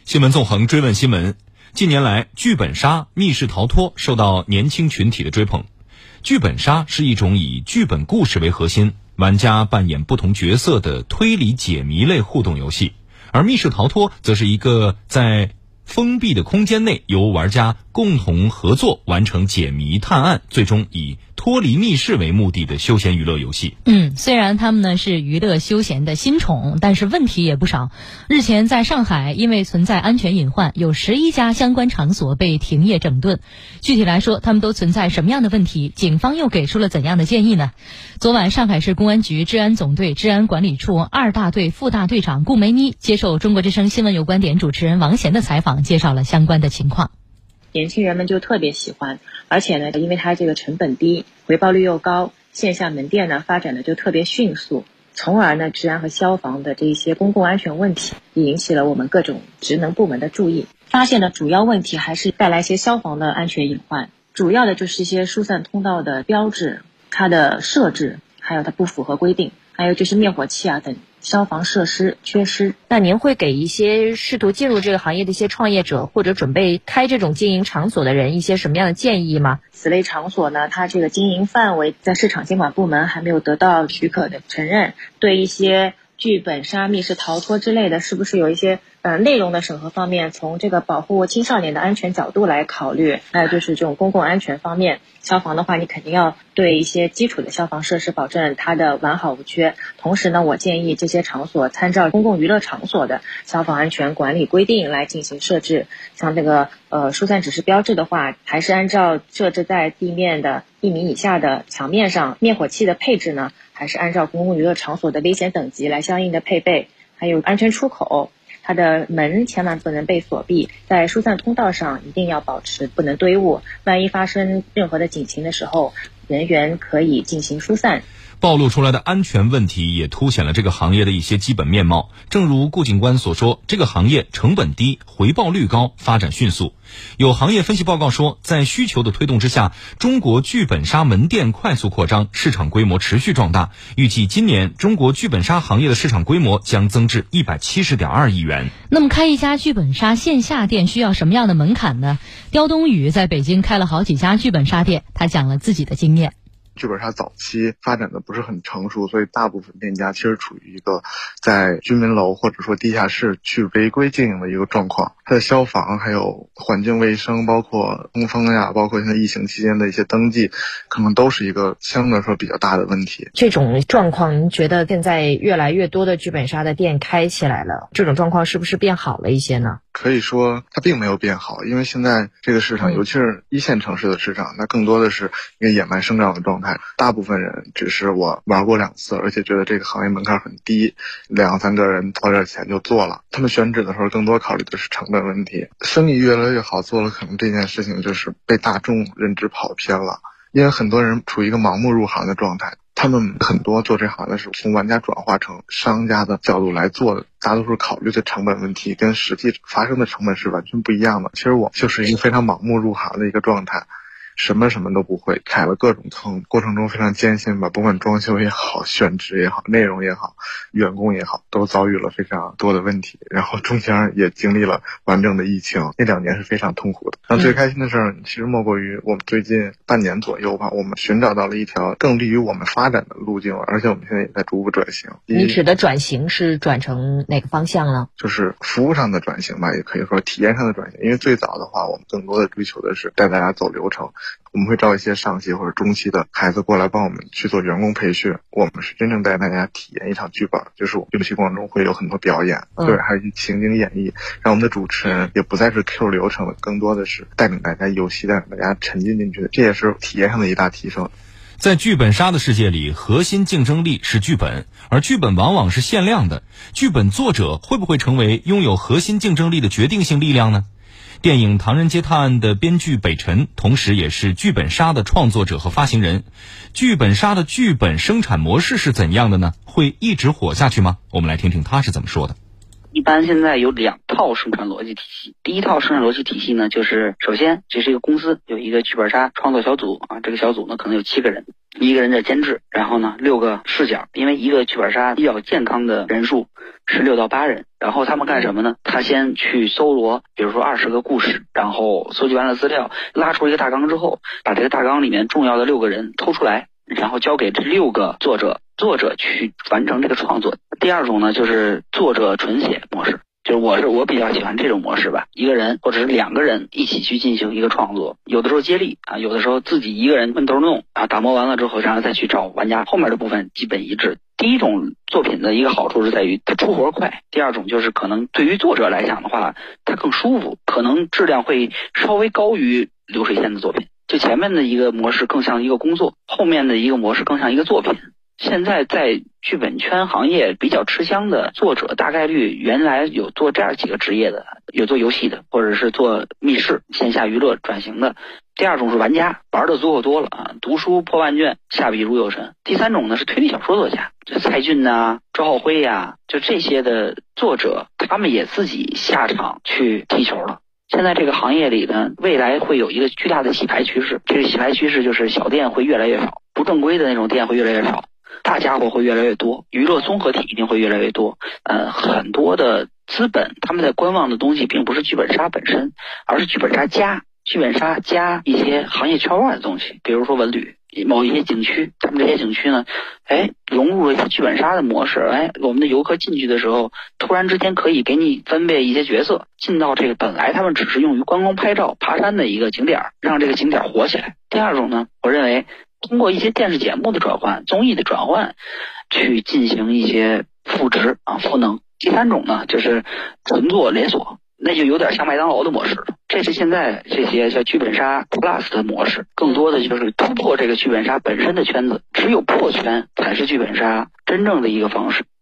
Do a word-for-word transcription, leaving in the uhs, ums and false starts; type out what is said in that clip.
新闻纵横追问新闻。近年来，剧本杀、密室逃脱受到年轻群体的追捧。剧本杀是一种以剧本故事为核心，玩家扮演不同角色的推理解谜类互动游戏，而密室逃脱则是一个在封闭的空间内由玩家共同合作完成解谜探案，最终以脱离密室为目的的休闲娱乐游戏。 嗯，虽然他们呢是娱乐休闲的新宠，但是问题也不少。日前在上海，因为存在安全隐患，有十一家相关场所被停业整顿。具体来说，他们都存在什么样的问题？警方又给出了怎样的建议呢？昨晚，上海市公安局治安总队治安管理处二大队副大队长顾梅妮接受中国之声新闻有观点主持人王贤的采访，介绍了相关的情况。 年轻人们就特别喜欢，而且呢，因为它这个成本低，回报率又高，线下门店呢发展的就特别迅速，从而呢，治安和消防的这一些公共安全问题也引起了我们各种职能部门的注意。发现的主要问题还是带来一些消防的安全隐患，主要的就是一些疏散通道的标志、它的设置，还有它不符合规定，还有就是灭火器啊等消防设施缺失。 那您会给一些试图进入这个行业的一些创业者或者准备开这种经营场所的人一些什么样的建议吗？ 此类场所呢，它这个经营范围在市场监管部门还没有得到许可的承认，对一些剧本杀、密室逃脱之类的，是不是有一些呃内容的审核方面，从这个保护青少年的安全角度来考虑，还有就是这种公共安全方面，消防的话，你肯定要对一些基础的消防设施保证它的完好无缺。同时呢，我建议这些场所参照公共娱乐场所的消防安全管理规定来进行设置。像这个呃疏散指示标志的话，还是按照设置在地面的一米以下的墙面上。灭火器的配置呢，还是按照公共娱乐场所的危险等级来相应的配备。还有安全出口，它的门千万不能被锁闭，在疏散通道上一定要保持不能堆物，万一发生任何的警情的时候，人员可以进行疏散。 暴露出来的安全问题也凸显了这个行业的一些基本面貌。正如顾警官所说，这个行业成本低，回报率高，发展迅速。有行业分析报告说，在需求的推动之下，中国剧本杀门店快速扩张，市场规模持续壮大。预计今年中国剧本杀行业的市场规模将增至一百七十点二亿元。 那么开一家剧本杀线下店需要什么样的门槛呢？刁东宇在北京开了好几家剧本杀店，他讲了自己的经验。 剧本杀早期发展的不是很成熟，所以大部分店家其实处于一个在居民楼或者说地下室去违规经营的一个状况。它的消防还有环境卫生，包括通风呀，包括现在疫情期间的一些登记，可能都是一个相对来说比较大的问题。 这种状况您觉得现在越来越多的剧本杀的店开起来了，这种状况是不是变好了一些呢？ 可以说它并没有变好，因为现在这个市场，尤其是一线城市的市场，那更多的是一个野蛮生长的状态。大部分人只是我玩过两次，而且觉得这个行业门槛很低，两三个人掏点钱就做了。他们选址的时候更多考虑的是成本问题。生意越来越好做了，可能这件事情就是被大众认知跑偏了，因为很多人处于一个盲目入行的状态。他们很多做这行的是从玩家转化成商家的角度来做的，大多数考虑的成本问题跟实际发生的成本是完全不一样的。其实我就是一个非常盲目入行的一个状态，什么什么都不会，开了各种坑，过程中非常艰辛吧，不管装修也好，选址也好，内容也好，员工也好，都遭遇了非常多的问题。然后中间也经历了完整的疫情，那两年是非常痛苦的。那最开心的事儿，其实莫过于我们最近半年左右吧，我们寻找到了一条更利于我们发展的路径，而且我们现在也在逐步转型。 你指的转型是转成哪个方向呢？ 就是服务上的转型吧，也可以说体验上的转型。因为最早的话，我们更多的追求的是带大家走流程。我们会招一些上期或者中期的孩子过来帮我们去做员工培训，我们是真正带大家体验一场剧本，就是我们游戏过程中会有很多表演，嗯、对，还有一情景演绎，让我们的主持人也不再是 Q 流程了，更多的是带领大家游戏，带领大家沉浸进去，这也是体验上的一大提升。 在剧本杀的世界里，核心竞争力是剧本，而剧本往往是限量的。剧本作者会不会成为拥有核心竞争力的决定性力量呢？电影《唐人街探案》的编剧北辰，同时也是剧本杀的创作者和发行人。剧本杀的剧本生产模式是怎样的呢？会一直火下去吗？我们来听听他是怎么说的。 一般现在有两套生产逻辑体系。第一套生产逻辑体系呢，就是首先这是一个公司，有一个剧本杀创作小组啊，这个小组呢可能有七个人， 一个人的监制，然后呢六个视角，因为一个剧本杀比较健康的人数是六到八人，然后他们干什么呢？他先去搜罗，比如说二十个故事，然后搜集完了资料，拉出一个大纲之后，把这个大纲里面重要的六个人抽出来，然后交给这六个作者，作者去完成这个创作。第二种呢，就是作者纯写模式。就是我是我比较喜欢这种模式吧，一个人或者是两个人一起去进行一个创作，有的时候接力啊，有的时候自己一个人闷头弄啊，打磨完了之后，然后再去找玩家，后面的部分基本一致。第一种作品的一个好处是在于它出活快，第二种就是可能对于作者来讲的话，它更舒服，可能质量会稍微高于流水线的作品。就前面的一个模式更像一个工作，后面的一个模式更像一个作品。现在在剧本圈行业比较吃香的作者，大概率原来有做这样几个职业的，有做游戏的，或者是做密室线下娱乐转型的。第二种是玩家，玩的足够多了啊，读书破万卷，下笔如有神。第三种呢是推理小说作家，就蔡骏呐、周浩辉呀，就这些的作者，他们也自己下场去踢球了。现在这个行业里呢，未来会有一个巨大的洗牌趋势，这个洗牌趋势就是小店会越来越少，不正规的那种店会越来越少，大家伙会越来越多，娱乐综合体一定会越来越多。呃，很多的资本他们在观望的东西并不是剧本杀本身，而是剧本杀加剧本杀加一些行业圈外的东西，比如说文旅某一些景区，他们这些景区呢，哎，融入了一些剧本杀的模式，哎，我们的游客进去的时候，突然之间可以给你分配一些角色，进到这个本来他们只是用于观光拍照爬山的一个景点，让这个景点火起来。第二种呢，我认为通过一些电视节目的转换、综艺的转换，去进行一些赋值啊、赋能。第三种呢，就是纯做连锁，那就有点像麦当劳的模式了。这是现在这些叫剧本杀 Plus 的模式，更多的就是突破这个剧本杀本身的圈子，只有破圈才是剧本杀真正的一个方式。